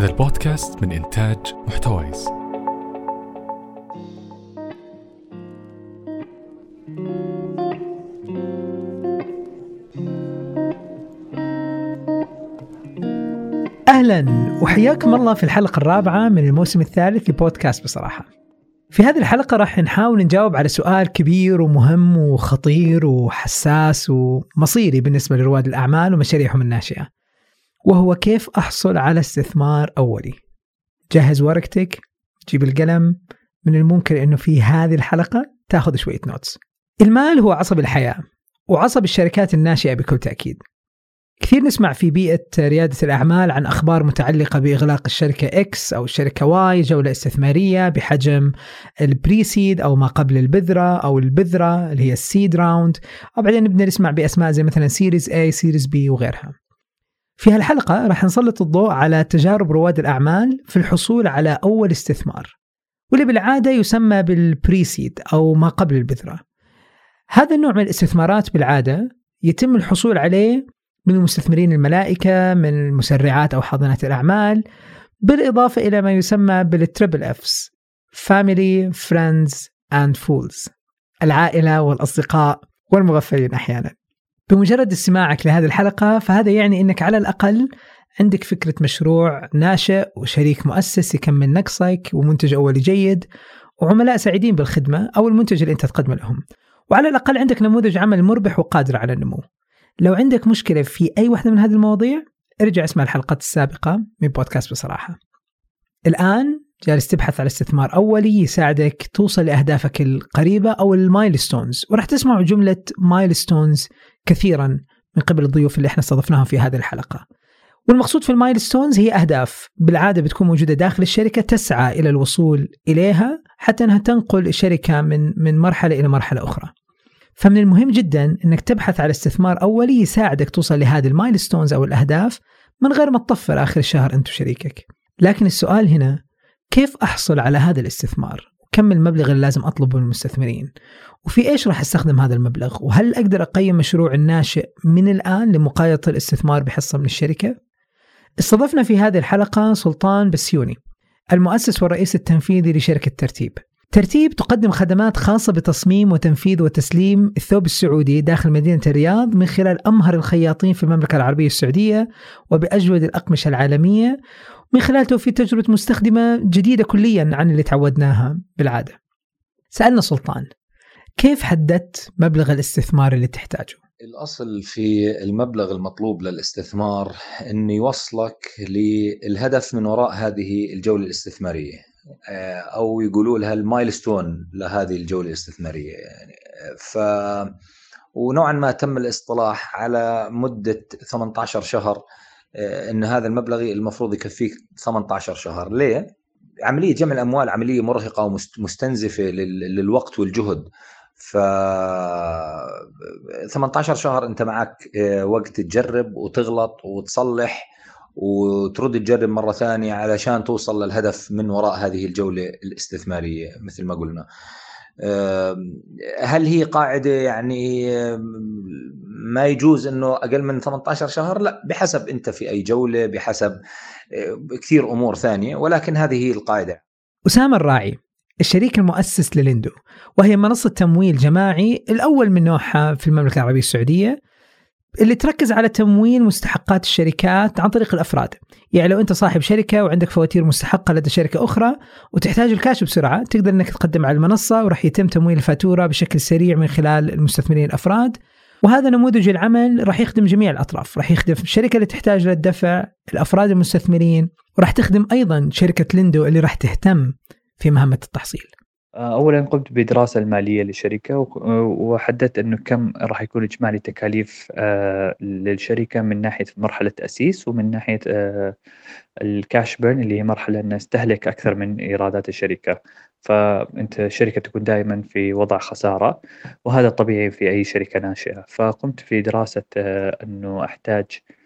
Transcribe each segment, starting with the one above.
هذا البودكاست من إنتاج محتويس. أهلاً وحياكم الله في الحلقة الرابعة من الموسم الثالث لبودكاست بصراحة. في هذه الحلقة راح نحاول نجاوب على سؤال كبير ومهم وخطير وحساس ومصيري بالنسبة لرواد الأعمال ومشاريعهم الناشئة، وهو كيف أحصل على استثمار أولي. جهز ورقتك، جيب القلم، من الممكن أنه في هذه الحلقة تأخذ شوية نوتس. المال هو عصب الحياة وعصب الشركات الناشئة بكل تأكيد. كثير نسمع في بيئة ريادة الأعمال عن أخبار متعلقة بإغلاق الشركة X أو الشركة Y جولة استثمارية بحجم البريسيد أو ما قبل البذرة أو البذرة اللي هي السيد راوند، وبعدين نبدأ نسمع بأسماء زي مثلا سيريز A سيريز B وغيرها. في هالحلقة راح نسلط الضوء على تجارب رواد الأعمال في الحصول على أول استثمار، واللي بالعادة يسمى بالبريسيد أو ما قبل البذرة. هذا النوع من الاستثمارات بالعادة يتم الحصول عليه من المستثمرين الملائكة، من المسرعات أو حاضنات الأعمال، بالإضافة إلى ما يسمى بالتريبل Fs Family, Friends and Fools، العائلة والأصدقاء والمغفلين أحيانا. بمجرد استماعك لهذه الحلقة فهذا يعني أنك على الأقل عندك فكرة مشروع ناشئ وشريك مؤسس يكمل نقصك ومنتج أولي جيد وعملاء سعيدين بالخدمة أو المنتج اللي أنت تقدمه لهم، وعلى الأقل عندك نموذج عمل مربح وقادر على النمو. لو عندك مشكلة في أي واحدة من هذه المواضيع ارجع اسمع الحلقات السابقة من بودكاست بصراحة. الآن جالس تبحث على استثمار أولي يساعدك توصل لأهدافك القريبة أو المايلستونز، ورح تسمعوا جملة مايلستونز كثيرا من قبل الضيوف اللي احنا استضفناهم في هذه الحلقة. والمقصود في المايلستونز هي أهداف بالعادة بتكون موجودة داخل الشركة تسعى إلى الوصول إليها حتى أنها تنقل الشركة من مرحلة إلى مرحلة أخرى. فمن المهم جدا أنك تبحث على استثمار أولي يساعدك توصل لهذه المايلستونز أو الأهداف من غير ما تطفر آخر الشهر أنت وشريكك. لكن السؤال هنا كيف أحصل على هذا الاستثمار؟ كم المبلغ اللي لازم أطلبه من المستثمرين؟ وفي إيش راح أستخدم هذا المبلغ؟ وهل أقدر أقيم مشروع الناشئ من الآن لمقايضة الاستثمار بحصة من الشركة؟ استضفنا في هذه الحلقة سلطان بسيوني، المؤسس والرئيس التنفيذي لشركة ترتيب. ترتيب تقدم خدمات خاصة بتصميم وتنفيذ وتسليم الثوب السعودي داخل مدينة الرياض من خلال أمهر الخياطين في المملكة العربية السعودية وبأجود الأقمشة العالمية، من خلال توفير تجربة مستخدمة جديدة كليا عن اللي تعودناها بالعادة. سألنا سلطان كيف حددت مبلغ الاستثمار اللي تحتاجه؟ الأصل في المبلغ المطلوب للاستثمار أن يوصلك للهدف من وراء هذه الجولة الاستثمارية، أو يقولوا لها المايلستون لهذه الجولة الاستثمارية يعني. ونوعا ما تم الاصطلاح على مدة 18 شهر، أن هذا المبلغ المفروض يكفيك 18 شهر. ليه؟ عملية جمع الأموال عملية مرهقة ومستنزفة للوقت والجهد. 18 شهر أنت معك وقت تجرب وتغلط وتصلح وترد تجرب مرة ثانية علشان توصل للهدف من وراء هذه الجولة الاستثمارية. مثل ما قلنا، هل هي قاعدة يعني ما يجوز أنه أقل من 18 شهر؟ لا، بحسب أنت في أي جولة، بحسب كثير أمور ثانية، ولكن هذه هي القاعدة. أسامة الراعي الشريك المؤسس لليندو، وهي منصة تمويل جماعي الأول من نوعها في المملكة العربية السعودية، اللي تركز على تمويل مستحقات الشركات عن طريق الأفراد. يعني لو أنت صاحب شركة وعندك فواتير مستحقة لدى شركة أخرى وتحتاج الكاش بسرعة، تقدر أنك تقدم على المنصة وراح يتم تمويل الفاتورة بشكل سريع من خلال المستثمرين الأفراد. وهذا نموذج العمل راح يخدم جميع الأطراف، راح يخدم الشركة اللي تحتاج للدفع، الأفراد المستثمرين، وراح تخدم أيضا شركة ليندو اللي راح تهتم في مهمة التحصيل. أولاً قمت بدراسة المالية للشركة وحددت أنه كم راح يكون إجمالي تكاليف للشركة من ناحية مرحلة تأسيس ومن ناحية الكاش بيرن اللي هي مرحلة نستهلك أكثر من إيرادات الشركة. فأنت الشركة تكون دائماً في وضع خسارة، وهذا طبيعي في أي شركة ناشئة. فقمت في دراسة أنه أحتاج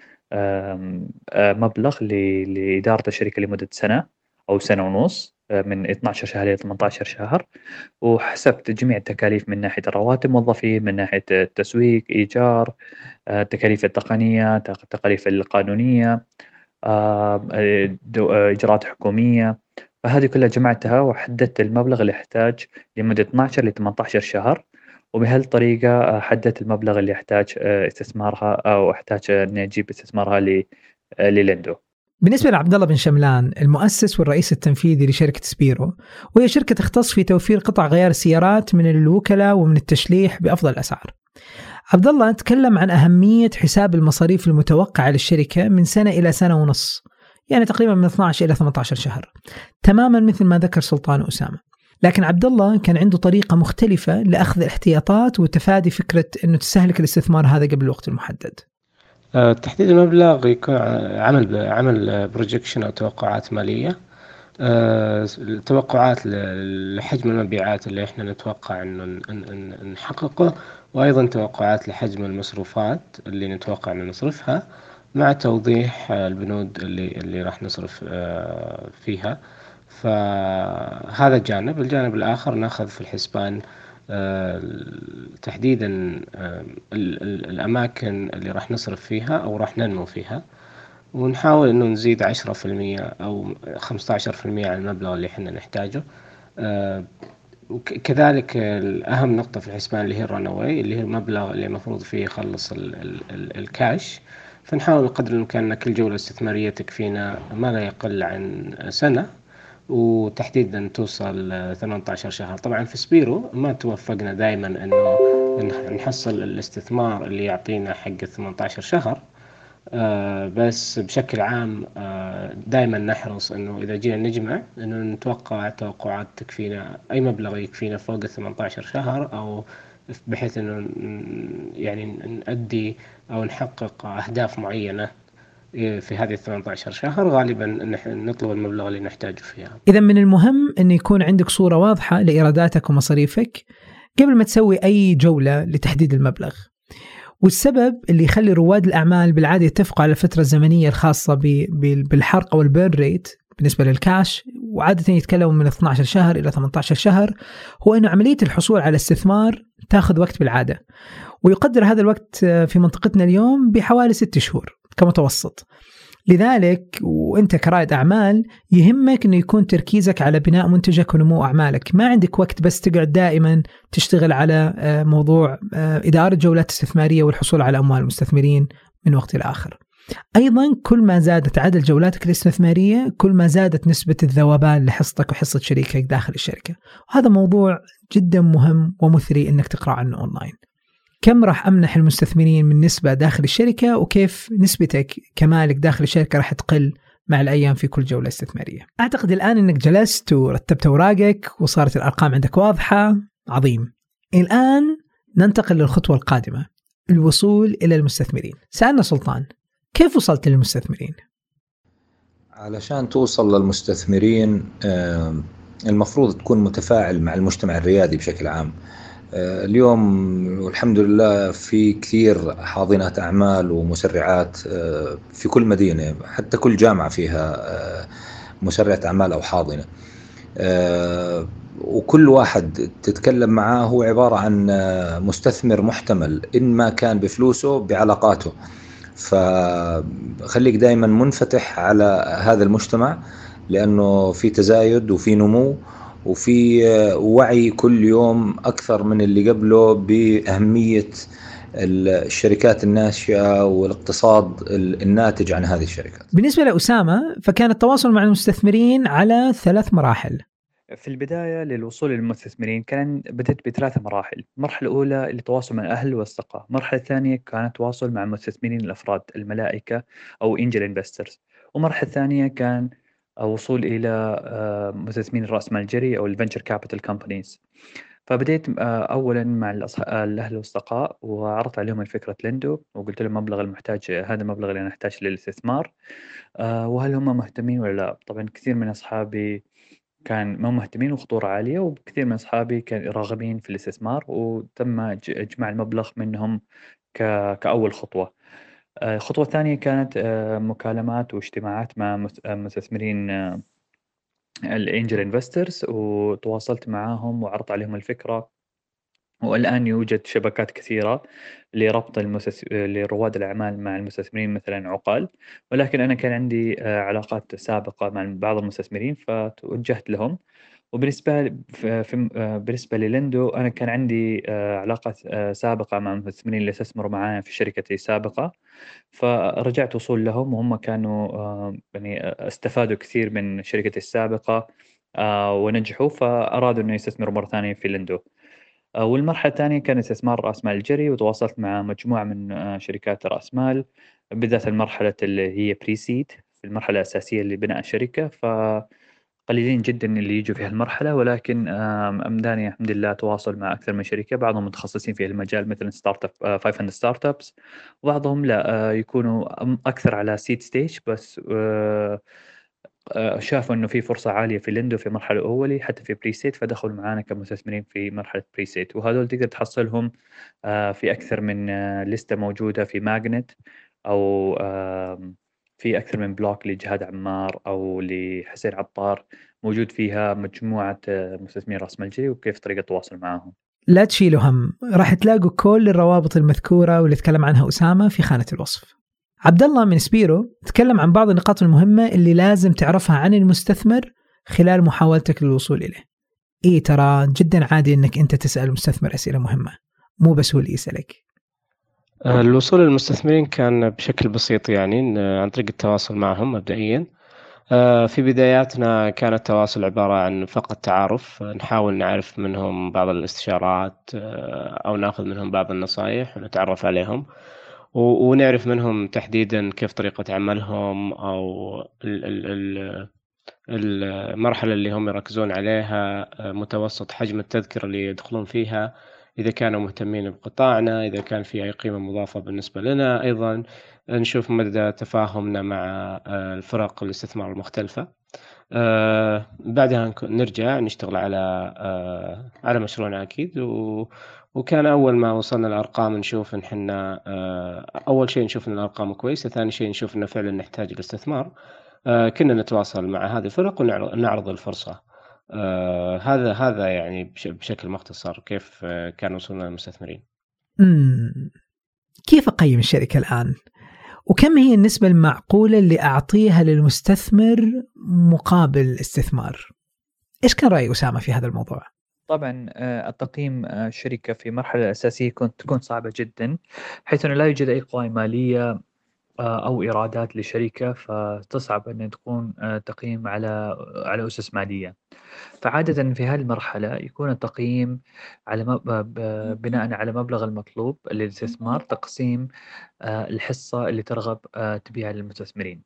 مبلغ لإدارة الشركة لمدة سنة أو سنة ونص، من 12 شهر إلى 18 شهر، وحسبت جميع التكاليف من ناحية رواتب موظفين، من ناحية التسويق، إيجار، التكاليف التقنية، التكاليف القانونية، إجراءات حكومية. فهذه كلها جمعتها وحددت المبلغ اللي يحتاج لمدة 12 ل 18 شهر، وبهالطريقة حددت المبلغ اللي يحتاج استثمارها، أو أحتاج إني أجيب استثمارها للندو. بالنسبة لعبد الله بن شملان، المؤسس والرئيس التنفيذي لشركة سبيرو، وهي شركة تختص في توفير قطع غيار السيارات من الوكلاء ومن التشليح بأفضل الأسعار. عبد الله تكلم عن أهمية حساب المصاريف المتوقعة للشركة من سنة إلى سنة ونص، يعني تقريبا من 12 إلى 18 شهر، تماما مثل ما ذكر سلطان وأسامة. لكن عبد الله كان عنده طريقة مختلفة لأخذ الاحتياطات وتفادي فكرة أنه تستهلك الاستثمار هذا قبل الوقت المحدد. تحديد المبلغ يكون عمل بروجكشن أو توقعات مالية، التوقعات لحجم المبيعات اللي احنا نتوقع انه نحققه، وايضا توقعات لحجم المصروفات اللي نتوقع ان نصرفها، مع توضيح البنود اللي راح نصرف فيها. فهذا الجانب الآخر ناخذ في الحسبان تحديدا الأماكن اللي راح نصرف فيها أو راح ننمو فيها، ونحاول إنه نزيد 10% أو 15% على المبلغ اللي إحنا نحتاجه. وكذلك الأهم نقطة في الحسبان اللي هي الرنوي، اللي هي المبلغ اللي المفروض فيه يخلص الكاش. فنحاول قدر الإمكان أن كل جولة استثمارية تكفينا ما لا يقل عن سنة، وتحديدا توصل 18 شهر. طبعا في سبيرو ما توفقنا دائما انه نحصل الاستثمار اللي يعطينا حق 18 شهر، بس بشكل عام دائما نحرص انه اذا جينا نجمع انه نتوقع توقعات تكفينا اي مبلغ يكفينا فوق 18 شهر، او بحيث انه يعني نؤدي او نحقق اهداف معينة في هذه 18 شهر. غالبا نحن نطلب المبلغ اللي نحتاجه فيها. إذا من المهم أن يكون عندك صورة واضحة لإيراداتك ومصاريفك قبل ما تسوي أي جولة لتحديد المبلغ. والسبب اللي يخلي رواد الأعمال بالعادة يتفقوا على الفترة الزمنية الخاصة بالحرق أو البيرن ريت بالنسبة للكاش، وعادة يتكلموا من 12 شهر إلى 18 شهر، هو أنه عملية الحصول على استثمار تأخذ وقت بالعادة، ويقدر هذا الوقت في منطقتنا اليوم بحوالي 6 شهور كمتوسط. لذلك وانت كرائد أعمال يهمك انه يكون تركيزك على بناء منتجك ونمو أعمالك. ما عندك وقت بس تقعد دائما تشتغل على موضوع إدارة جولات استثمارية والحصول على أموال المستثمرين من وقت لآخر. أيضا كل ما زادت عدد جولاتك الاستثمارية كل ما زادت نسبة الذوبان لحصتك وحصة شريكك داخل الشركة، وهذا موضوع جدا مهم ومثري انك تقرأ عنه أونلاين. كم راح أمنح المستثمرين من نسبة داخل الشركة، وكيف نسبتك كمالك داخل الشركة راح تقل مع الأيام في كل جولة استثمارية. أعتقد الآن أنك جلست ورتبت أوراقك وصارت الأرقام عندك واضحة. عظيم. الآن ننتقل للخطوة القادمة، الوصول إلى المستثمرين. سألنا سلطان كيف وصلت للمستثمرين؟ علشان توصل للمستثمرين المفروض تكون متفاعل مع المجتمع الريادي بشكل عام. اليوم والحمد لله في كثير حاضنات أعمال ومسرعات في كل مدينة، حتى كل جامعة فيها مسرعة أعمال أو حاضنة، وكل واحد تتكلم معاه هو عبارة عن مستثمر محتمل، إن ما كان بفلوسه بعلاقاته. فخليك دائما منفتح على هذا المجتمع، لأنه في تزايد وفي نمو وفي وعي كل يوم أكثر من اللي قبله بأهمية الشركات الناشئة والاقتصاد الناتج عن هذه الشركات. بالنسبة لأسامة فكان التواصل مع المستثمرين على 3 مراحل. في البداية للوصول للمستثمرين بدأت ب3 مراحل. المرحلة الأولى التواصل مع الأهل والأصدقاء، المرحلة الثانية كان التواصل مع المستثمرين الأفراد الملائكة أو إنجل إنفسترز، والمرحلة الثانية كان وصول إلى مستثمرين الرأس مال الجري أو الفنتشر كابيتال كومبانيز. فبديت أولا مع الأهل والأصدقاء، وعرضت عليهم الفكرة لندو، وقلت لهم مبلغ المحتاج هذا المبلغ اللي أنا أحتاج للاستثمار، وهل هم مهتمين ولا لا. طبعا كثير من أصحابي كان ما مهتمين وخطورة عالية، وكثير من أصحابي كانوا راغبين في الاستثمار، وتم إجماع المبلغ منهم كأول خطوة. الخطوة الثانية كانت مكالمات واجتماعات مع مستثمرين الانجل انفسترز، وتواصلت معاهم وعرضت عليهم الفكرة، والآن يوجد شبكات كثيرة لربط لرواد الأعمال مع المستثمرين مثلا عقال، ولكن أنا كان عندي علاقات سابقة مع بعض المستثمرين فتوجهت لهم. وبالنسبة ل ف في بالنسبة لليندو أنا كان عندي علاقة سابقة مع المستثمرين اللي استثمروا معايا في شركتي السابقة، فرجعت وصول لهم وهم كانوا يعني استفادوا كثير من شركتي السابقة ونجحوا، فأرادوا إنه يستثمروا مرة ثانية في ليندو. والمرحلة الثانية كان استثمار رأس مال الجري، وتواصلت مع مجموعة من شركات رأس مال، بالذات المرحلة اللي هي pre-seed في المرحلة الأساسية لبناء الشركة، فقليلين جدًا اللي ييجوا في هالمرحلة، ولكن أمداني الحمد لله أتواصل مع أكثر من شركة، بعضهم متخصصين في المجال مثل startup 500 startups، وبعضهم لأ يكونوا أكثر على seed stage بس شافوا إنه في فرصة عالية في ليندو في مرحلة أولي حتى في pre-seed فدخلوا معانا كمستثمرين في مرحلة pre-seed، وهذول تقدر تحصلهم في أكثر من لِستة موجودة في Magnet أو في أكثر من بلوك لجهاد عمار أو لحسين عطار، موجود فيها مجموعة مستثمرين رأس مال جري وكيف طريقة التواصل معاهم. لا تشيلوا هم، راح تلاقوا كل الروابط المذكورة واللي تكلم عنها أسامة في خانة الوصف. عبد الله من سبيرو تكلم عن بعض النقاط المهمة اللي لازم تعرفها عن المستثمر خلال محاولتك للوصول إليه. ترى جدا عادي إنك أنت تسأل المستثمر أسئلة مهمة، مو بس هو اللي يسألك. الوصول للمستثمرين كان بشكل بسيط، يعني عن طريق التواصل معهم مبدئيا. في بداياتنا كان التواصل عبارة عن فقط تعارف، نحاول نعرف منهم بعض الاستشارات أو ناخذ منهم بعض النصائح ونتعرف عليهم ونعرف منهم تحديدا كيف طريقة عملهم أو المرحلة اللي هم يركزون عليها، متوسط حجم التذكرة اللي يدخلون فيها، إذا كانوا مهتمين بقطاعنا، إذا كان في أي قيمة مضافة بالنسبة لنا. أيضا نشوف مدى تفاهمنا مع الفرق الاستثمار المختلفة. بعدها نرجع نشتغل على مشروعنا أكيد. وكان أول ما وصلنا الأرقام نشوف إن حنا أول شيء نشوف إن الأرقام كويسة، ثاني شيء نشوف إنه فعلا نحتاج الاستثمار. كنا نتواصل مع هذه الفرق ونعرض الفرصة. هذا يعني بشكل مختصر كيف كان وصولنا للمستثمرين. كيف أقيم الشركة الآن؟ وكم هي النسبة المعقولة اللي أعطيها للمستثمر مقابل استثمار؟ إيش كان رأي أسامة في هذا الموضوع؟ طبعا التقييم الشركة في مرحلة أساسية تكون صعبة جدا، حيث أنه لا يوجد أي قوائم مالية أو إيرادات لشركة، فتصعب أن تكون تقييم على أسس مالية. فعادة في هذه المرحلة يكون التقييم على بناء على مبلغ المطلوب للاستثمار، تقسيم الحصة اللي ترغب تبيعها للمستثمرين.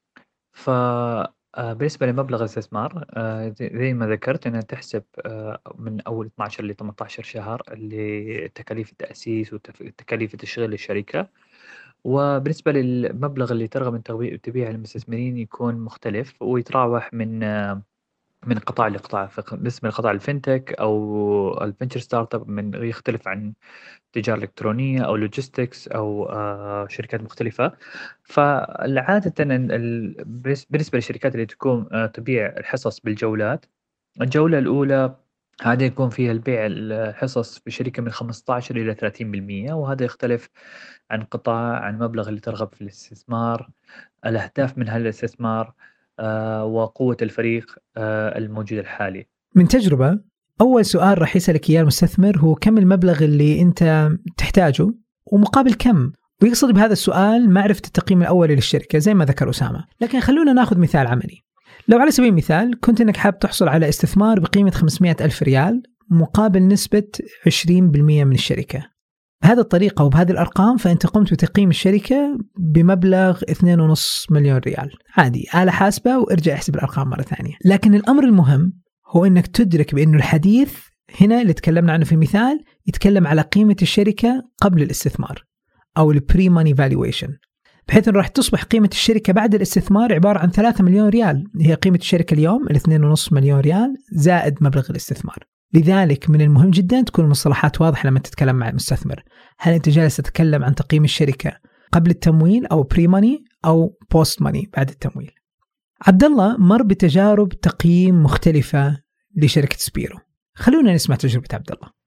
بالنسبة لمبلغ الاستثمار زي ما ذكرت أنها تحسب من أول 12 ل 18 شهر لتكاليف التأسيس وتكاليف تشغيل الشركة. وبالنسبة للمبلغ اللي ترغب من تبيعه للمستثمرين يكون مختلف ويتراوح من قطاع لقطاع. بالنسبة لقطاع الفinTech أو الفينشر ستارت اب يختلف عن تجارة إلكترونية أو لوجيستكس أو شركات مختلفة. فالعادة بالنسبة للشركات اللي تكون تبيع الحصص بالجولات، الجولة الأولى هذا يكون فيها البيع الحصص في شركة من 15 إلى 30%، وهذا يختلف عن قطاع، عن مبلغ اللي ترغب في الاستثمار، الأهداف من هالاستثمار، وقوة الفريق الموجود الحالي. من تجربة، أول سؤال راح يسألك إياه المستثمر هو كم المبلغ اللي أنت تحتاجه ومقابل كم، ويقصد بهذا السؤال معرفة التقييم الأولي للشركة زي ما ذكر أسامة. لكن خلونا ناخذ مثال عملي. لو على سبيل المثال كنت أنك حاب تحصل على استثمار بقيمة 500,000 ريال مقابل نسبة 20% من الشركة، بهذه الطريقة وبهذه الأرقام فأنت قمت بتقييم الشركة بمبلغ 2.5 مليون ريال. عادي، آلة حاسبة وارجع احسب الأرقام مرة ثانية. لكن الأمر المهم هو أنك تدرك بأنه الحديث هنا اللي تكلمنا عنه في المثال يتكلم على قيمة الشركة قبل الاستثمار أو البري ماني فالويشن، بحيث أنه راح تصبح قيمة الشركة بعد الاستثمار عبارة عن 3 مليون ريال. هي قيمة الشركة اليوم 2.5 مليون ريال زائد مبلغ الاستثمار. لذلك من المهم جدا تكون المصطلحات واضحة لما تتكلم مع المستثمر. هل أنت جالس تتكلم عن تقييم الشركة قبل التمويل أو بري ماني أو بوست ماني بعد التمويل؟ عبد الله مر بتجارب تقييم مختلفة لشركة سبيرو، خلونا نسمع تجربة عبد الله.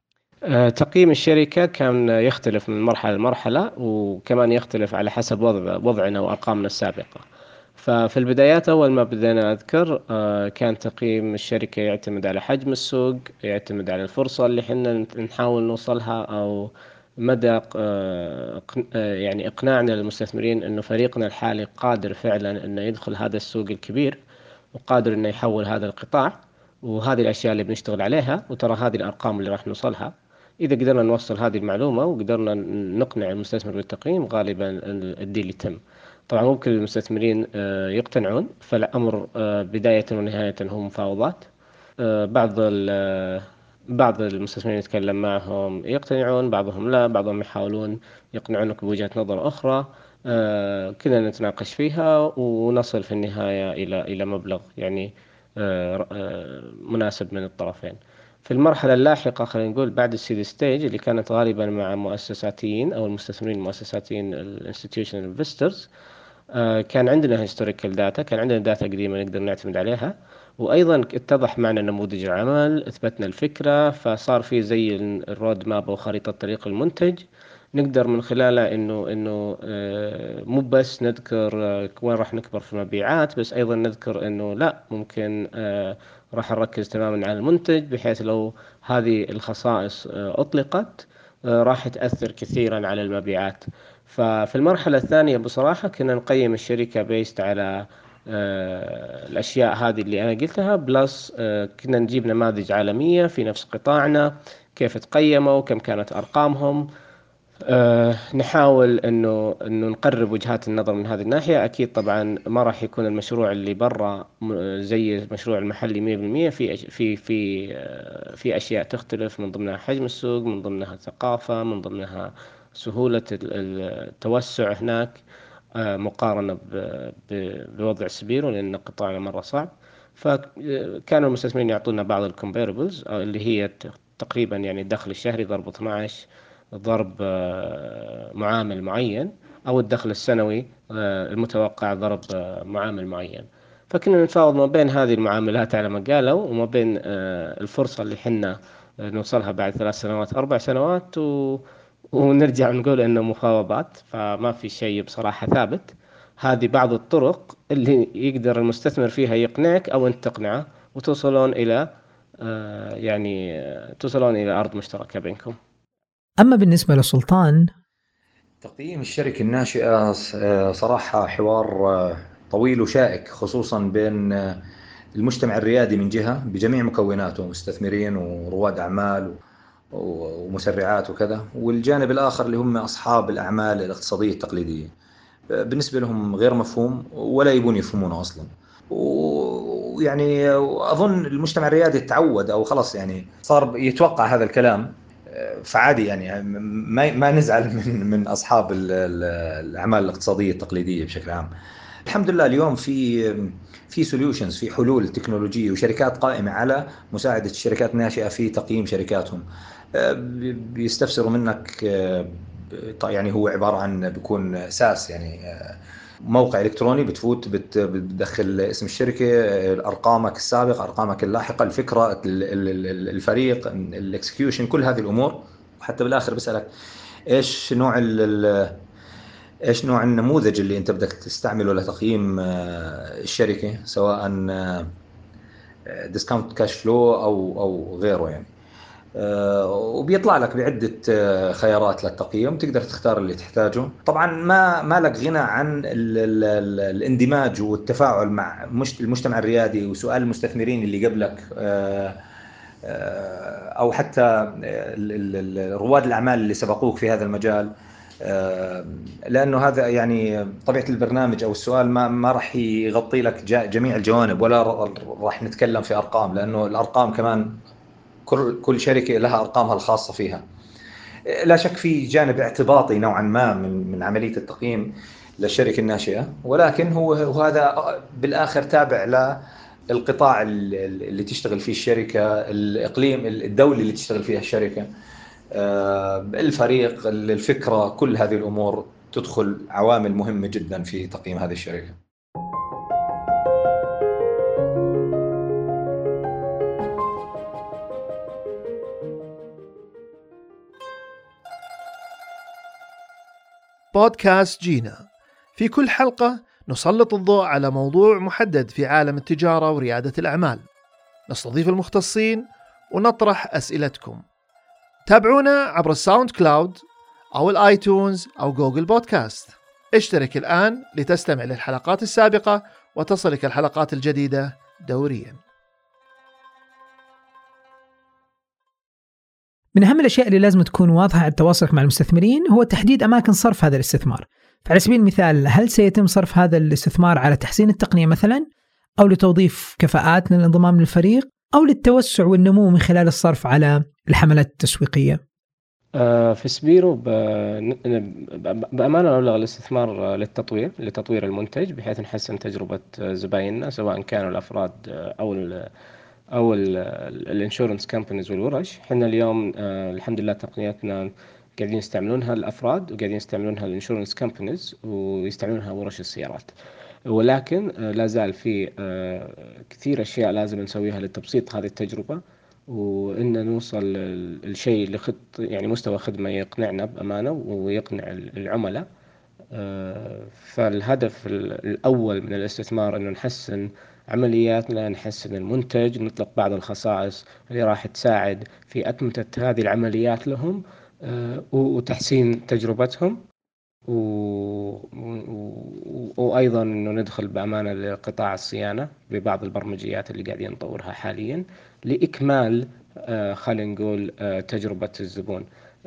تقييم الشركة كان يختلف من مرحلة لمرحلة، وكمان يختلف على حسب وضعنا وأرقامنا السابقة. ففي البدايات أول ما بدينا أذكر كان تقييم الشركة يعتمد على حجم السوق، يعتمد على الفرصة اللي حنا نحاول نوصلها، أو مدى يعني إقناعنا للمستثمرين إنه فريقنا الحالي قادر فعلا إنه يدخل هذا السوق الكبير، وقادر إنه يحول هذا القطاع. وهذه الأشياء اللي بنشتغل عليها، وترى هذه الأرقام اللي راح نوصلها. إذا قدرنا نوصل هذه المعلومة وقدرنا نقنع المستثمر بالتقييم، غالبا الديل يتم. طبعا ممكن المستثمرين يقتنعون، فالأمر بداية ونهاية هو مفاوضات. بعض بعض المستثمرين يتكلم معهم يقتنعون، بعضهم لا، بعضهم يحاولون يقنعونك بوجهة نظر أخرى. كنا نتناقش فيها ونصل في النهاية إلى مبلغ يعني مناسب من الطرفين. في المرحلة اللاحقة، خلينا نقول بعد السيد ستيج، اللي كانت غالبا مع مؤسساتيين أو المستثمرين المؤسساتيين الانستتيوشنال انفسترز، كان عندنا هيستوريكال داتا، كان عندنا داتا قديمة نقدر نعتمد عليها. وأيضا اتضح معنا نموذج العمل، أثبتنا الفكرة، فصار في زي الرود ماب أو خريطة طريق المنتج، نقدر من خلالها إنه مو بس نذكر وين راح نكبر في المبيعات، بس أيضا نذكر إنه لا، ممكن راح نركز تماما على المنتج، بحيث لو هذه الخصائص أطلقت راح تأثر كثيرا على المبيعات. ففي المرحلة الثانية بصراحة كنا نقيم الشركة بيست على الأشياء هذه اللي أنا قلتها، بلس كنا نجيب نماذج عالمية في نفس قطاعنا، كيف تقيموا، كم كانت أرقامهم. نحاول إنه نقرب وجهات النظر من هذه الناحية. أكيد طبعا ما راح يكون المشروع اللي برا زي المشروع المحلي 100%. في أشياء تختلف، من ضمنها حجم السوق، من ضمنها الثقافة، من ضمنها سهولة التوسع هناك، مقارنة بوضع سبيرو، لأن قطاعنا مرة صعب. فكانوا المستثمرين يعطونا بعض الكومبيربلز اللي هي تقريبا يعني الدخل الشهري ضرب 12 ضرب معامل معين، أو الدخل السنوي المتوقع ضرب معامل معين. فكنا نتفاوض ما بين هذه المعاملات على ما قالوا، وما بين الفرصة اللي حنا نوصلها بعد 3 سنوات 4 سنوات، ونرجع نقول إنه مفاوضات. فما في شيء بصراحة ثابت. هذه بعض الطرق اللي يقدر المستثمر فيها يقنعك أو أنت تقنعه، وتوصلون إلى توصلون إلى أرض مشتركة بينكم. أما بالنسبة لسلطان، تقييم الشركة الناشئة صراحة حوار طويل وشائك، خصوصا بين المجتمع الريادي من جهة بجميع مكوناته، مستثمرين ورواد أعمال ومسرعات وكذا، والجانب الآخر اللي هم أصحاب الأعمال الاقتصادية التقليدية. بالنسبة لهم غير مفهوم ولا يبون يفهمونه أصلا. ويعني أظن المجتمع الريادي تعود أو خلاص يعني صار يتوقع هذا الكلام، فعادي يعني ما نزعل من أصحاب الأعمال الاقتصادية التقليدية بشكل عام. الحمد لله اليوم في سوليوشنز، في حلول تكنولوجية وشركات قائمة على مساعدة الشركات الناشئة في تقييم شركاتهم. بيستفسروا منك، يعني هو عبارة عن بيكون ساس، يعني موقع إلكتروني بتفوت بتدخل اسم الشركة، أرقامك السابقة، أرقامك اللاحقة، الفكرة، الفريق، الإكسكيوشن، كل هذه الأمور. وحتى بالآخر بسألك إيش نوع ايش نوع النموذج اللي انت بدك تستعمله لتقييم الشركة، سواء ديسكاونت كاش فلو او غيره يعني. وبيطلع لك بعدة خيارات للتقييم، تقدر تختار اللي تحتاجه. طبعا ما لك غنى عن الاندماج والتفاعل مع المجتمع الريادي، وسؤال المستثمرين اللي قبلك، او حتى رواد الاعمال اللي سبقوك في هذا المجال. لانه هذا يعني طبيعه البرنامج او السؤال ما راح يغطي لك جميع الجوانب، ولا راح نتكلم في ارقام، لانه الارقام كمان كل شركه لها ارقامها الخاصه فيها. لا شك في جانب اعتباطي نوعا ما من عمليه التقييم للشركه الناشئه، ولكن هو وهذا بالاخر تابع للقطاع اللي تشتغل فيه الشركه، الاقليم الدولي اللي تشتغل فيها الشركه، الفريق، الفكرة، كل هذه الأمور تدخل عوامل مهمة جدا في تقييم هذه الشركة. بودكاست جينا. في كل حلقة نسلط الضوء على موضوع محدد في عالم التجارة وريادة الأعمال، نستضيف المختصين ونطرح أسئلتكم. تابعونا عبر الساوند كلاود أو الآيتونز أو جوجل بودكاست. اشترك الآن لتستمع للحلقات السابقة وتصلك الحلقات الجديدة دورياً. من أهم الأشياء اللي لازم تكون واضحة على تواصلك مع المستثمرين هو تحديد أماكن صرف هذا الاستثمار. فعلى سبيل المثال، هل سيتم صرف هذا الاستثمار على تحسين التقنية مثلا، أو لتوظيف كفاءات للانضمام للفريق، أو للتوسع والنمو من خلال الصرف على الحملات التسويقية؟ في سبيرو بأمانة نبلغ الاستثمار لتطوير المنتج بحيث نحسن تجربة زبايننا، سواء كانوا الأفراد أو الانشورنس كامبانيز والورش. حنا اليوم الحمد لله تقنياتنا قاعدين يستعملونها الأفراد وقاعدين يستعملونها الانشورنس كامبانيز ويستعملونها ورش السيارات، ولكن لا زال في كثير أشياء لازم نسويها لتبسيط هذه التجربة، وإن نوصل الشيء يعني مستوى خدمة يقنعنا بأمانة ويقنع العملاء. فالهدف الأول من الاستثمار إنه نحسن عملياتنا، نحسن المنتج، نطلق بعض الخصائص اللي راح تساعد في أتمتة هذه العمليات لهم وتحسين تجربتهم، وأيضا إنه ندخل بأمانة لقطاع الصيانة ببعض البرمجيات اللي قاعدين نطورها حاليا لإكمال خلينا نقول تجربة الزبون.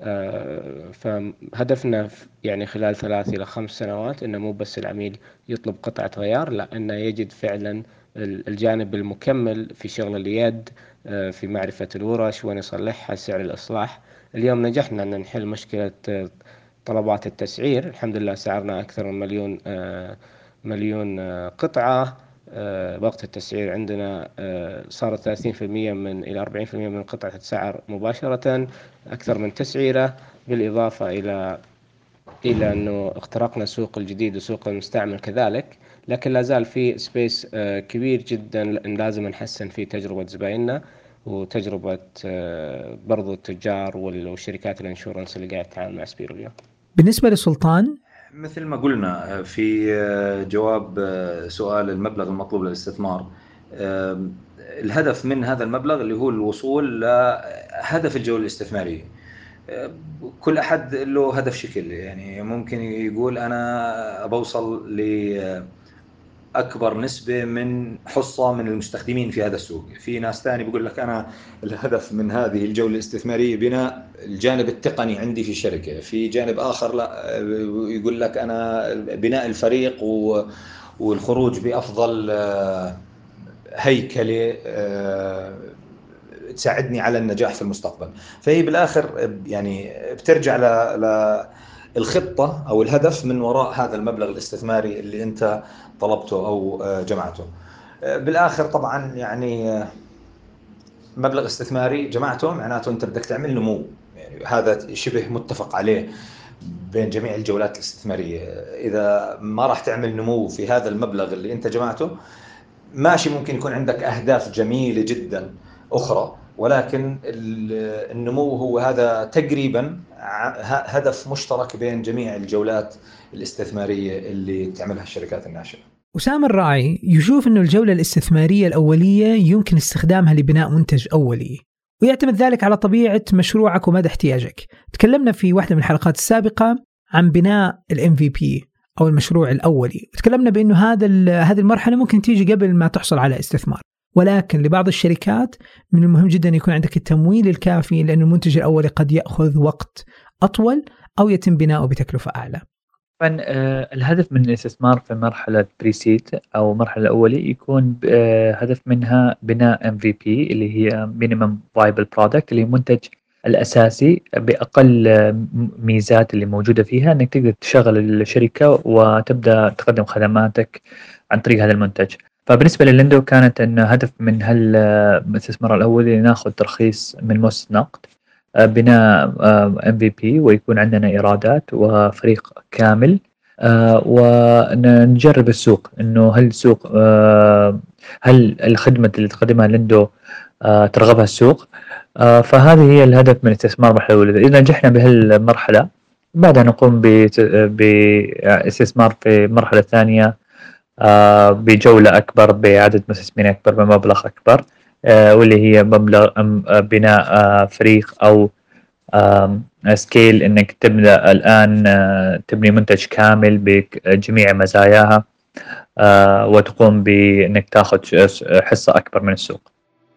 فهدفنا يعني خلال 3 إلى 5 سنوات إنه مو بس العميل يطلب قطعة غيار، لا إنه يجد فعلا الجانب المكمل في شغل اليد، في معرفة الورش وين يصلحها، سعر الإصلاح. اليوم نجحنا أن نحل مشكلة طلبات التسعير، الحمد لله سعرنا أكثر من مليون قطعة. وقت التسعير عندنا صارت 30% إلى 40% من القطعة تتسعر مباشرة، أكثر من تسعيرة، بالإضافة إلى أنه اخترقنا سوق الجديد وسوق المستعمل كذلك. لكن لا زال في سبيس كبير جدا لازم نحسن فيه تجربة زبائننا وتجربة برضو التجار والشركات الانشورنس اللي قاعد تتعامل مع سبيرو اليوم. بالنسبة لسلطان، مثل ما قلنا في جواب سؤال المبلغ المطلوب للاستثمار، الهدف من هذا المبلغ اللي هو الوصول لهدف الجولة الاستثمارية. كل أحد له هدف شكل، يعني ممكن يقول أنا بوصل لأكبر نسبة من حصة من المستخدمين في هذا السوق. في ناس تاني بيقول لك أنا الهدف من هذه الجولة الاستثمارية بناء الجانب التقني عندي في الشركة. في جانب آخر لا، يقول لك أنا بناء الفريق والخروج بأفضل هيكلة تساعدني على النجاح في المستقبل. فهي بالآخر يعني بترجع للخطة أو الهدف من وراء هذا المبلغ الاستثماري اللي أنت طلبته أو جمعته. بالآخر طبعا يعني مبلغ استثماري جمعته معناته أنت بدك تعمل نمو، يعني هذا شبه متفق عليه بين جميع الجولات الاستثمارية. إذا ما راح تعمل نمو في هذا المبلغ اللي أنت جمعته، ماشي ممكن يكون عندك أهداف جميلة جدا أخرى، ولكن النمو هو هذا تقريبا هدف مشترك بين جميع الجولات الاستثمارية اللي تعملها الشركات الناشئة. أسامة الراعي يشوف أن الجولة الاستثمارية الأولية يمكن استخدامها لبناء منتج أولي، ويعتمد ذلك على طبيعة مشروعك ومدى احتياجك. تكلمنا في واحدة من الحلقات السابقة عن بناء ال MVP أو المشروع الأولي، تكلمنا بأنه هذه المرحلة ممكن تيجي قبل ما تحصل على استثمار، ولكن لبعض الشركات من المهم جدا يكون عندك التمويل الكافي، لأن المنتج الأولي قد يأخذ وقت أطول أو يتم بناؤه بتكلفة أعلى. الهدف من الاستثمار في مرحلة بريسيت أو مرحلة أولية يكون هدف منها بناء MVP اللي هي Minimum Viable Product، اللي هي منتج الأساسي بأقل ميزات اللي موجودة فيها، أنك تقدر تشغل الشركة وتبدأ تقدم خدماتك عن طريق هذا المنتج. فبالنسبة لليندو كانت أن هدف من هالاستثمار الأولي ناخذ ترخيص من مؤسسة نقد، بناء MVP، ويكون عندنا إيرادات وفريق كامل، ونجرب السوق إنه هل السوق هل الخدمة اللي تقدمها ليندو ترغبها السوق. فهذه هي الهدف من استثمار مرحلة أولى. إذا نجحنا بهالمرحلة بعدها نقوم باستثمار في مرحلة ثانية بجولة أكبر بعدد مستثمرين أكبر بمبلغ أكبر، واللي هي مبلغ بناء فريق أو سكيل، إنك تبدأ الآن تبني منتج كامل بجميع مزاياها وتقوم بإنك تأخذ حصة أكبر من السوق.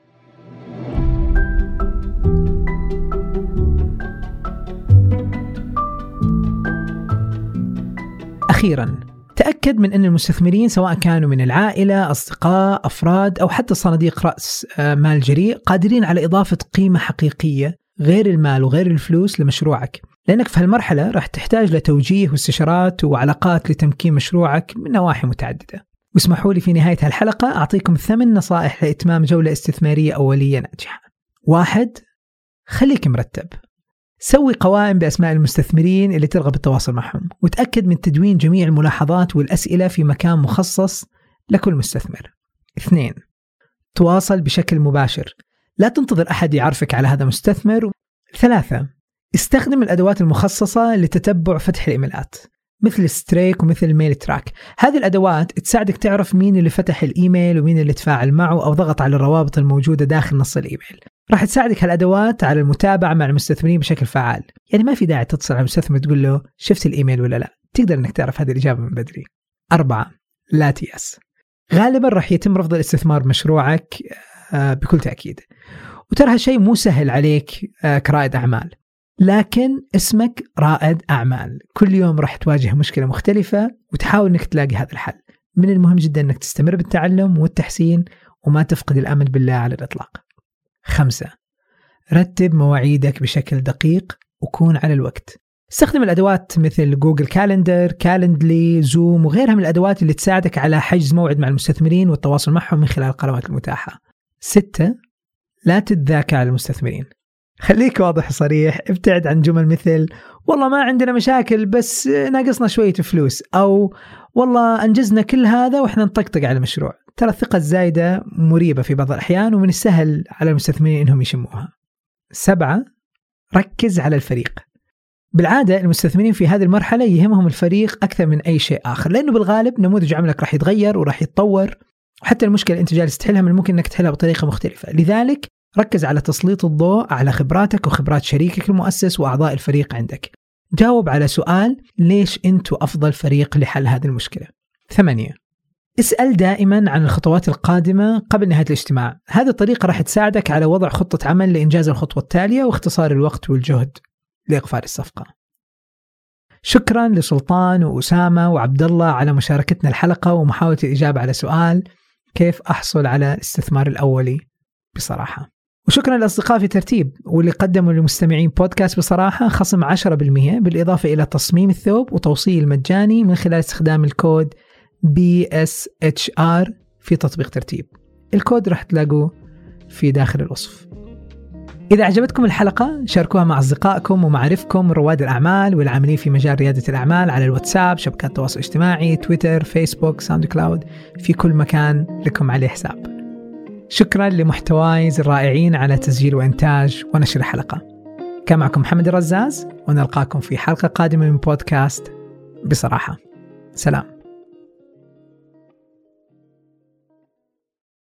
أخيراً، تأكد من أن المستثمرين سواء كانوا من العائلة، أصدقاء، أفراد أو حتى صناديق رأس مال جريء قادرين على إضافة قيمة حقيقية غير المال وغير الفلوس لمشروعك، لأنك في هالمرحلة راح تحتاج لتوجيه واستشارات وعلاقات لتمكين مشروعك من نواحي متعددة. واسمحوا لي في نهاية هالحلقة أعطيكم 8 نصائح لإتمام جولة استثمارية أولية ناجحة. 1. خليك مرتب. سوي قوائم بأسماء المستثمرين اللي ترغب التواصل معهم، وتأكد من تدوين جميع الملاحظات والأسئلة في مكان مخصص لكل مستثمر. 2. تواصل بشكل مباشر، لا تنتظر أحد يعرفك على هذا مستثمر. 3. استخدم الأدوات المخصصة لتتبع فتح الإيميلات مثل ستريك ومثل ميل تراك. هذه الأدوات تساعدك تعرف مين اللي فتح الإيميل ومين اللي تفاعل معه أو ضغط على الروابط الموجودة داخل نص الإيميل. راح تساعدك هالأدوات على المتابعة مع المستثمرين بشكل فعال، يعني ما في داعي تتصل على المستثمر تقول له شفت الإيميل ولا لا، تقدر أنك تعرف هذه الإجابة من بدري. 4. لا تيأس. غالبا راح يتم رفض الاستثمار بمشروعك بكل تأكيد، وترى هالشيء مو سهل عليك كرائد أعمال، لكن اسمك رائد أعمال، كل يوم راح تواجه مشكلة مختلفة وتحاول أنك تلاقي هذا الحل. من المهم جدا أنك تستمر بالتعلم والتحسين وما تفقد الأمل بالله على الإطلاق. 5. رتب مواعيدك بشكل دقيق وكون على الوقت. استخدم الأدوات مثل جوجل كالندر، كالندلي، زوم وغيرها من الأدوات اللي تساعدك على حجز موعد مع المستثمرين والتواصل معهم من خلال القنوات المتاحة. 6. لا تتذاكى على المستثمرين. خليك واضح وصريح، ابتعد عن جمل مثل والله ما عندنا مشاكل بس ناقصنا شوية فلوس، أو والله أنجزنا كل هذا وإحنا نطقطق على المشروع. ترى الثقة الزايدة مريبة في بعض الأحيان ومن السهل على المستثمرين إنهم يشموها. 7. ركز على الفريق. بالعادة المستثمرين في هذه المرحلة يهمهم الفريق أكثر من أي شيء آخر، لأنه بالغالب نموذج عملك راح يتغير وراح يتطور، وحتى المشكلة اللي أنت جالس تحلها من الممكن أنك تحلها بطريقة مختلفة. لذلك ركز على تسليط الضوء على خبراتك وخبرات شريكك المؤسس وأعضاء الفريق عندك. جاوب على سؤال ليش أنتوا أفضل فريق لحل هذه المشكلة. 8. اسأل دائما عن الخطوات القادمة قبل نهاية الاجتماع. هذه الطريقة راح تساعدك على وضع خطة عمل لإنجاز الخطوة التالية واختصار الوقت والجهد لإقفال الصفقة. شكرا لسلطان وأسامة وعبد الله على مشاركتنا الحلقة ومحاولة الإجابة على سؤال كيف أحصل على الاستثمار الأولي بصراحة. وشكرا للأصدقاء في ترتيب واللي قدموا للمستمعين بودكاست بصراحة خصم 10% بالإضافة إلى تصميم الثوب وتوصيل مجاني من خلال استخدام الكود BSHR في تطبيق ترتيب. الكود راح تلاقوه في داخل الوصف. إذا عجبتكم الحلقة شاركوها مع أصدقائكم ومعارفكم رواد الأعمال والعاملين في مجال ريادة الأعمال على الواتساب، شبكات التواصل الاجتماعي، تويتر، فيسبوك، ساوند كلاود، في كل مكان لكم عليه حساب. شكرا لمحتوايز الرائعين على تسجيل وإنتاج ونشر الحلقة. كان معكم محمد الرزاز ونلقاكم في حلقة قادمة من بودكاست بصراحة. سلام.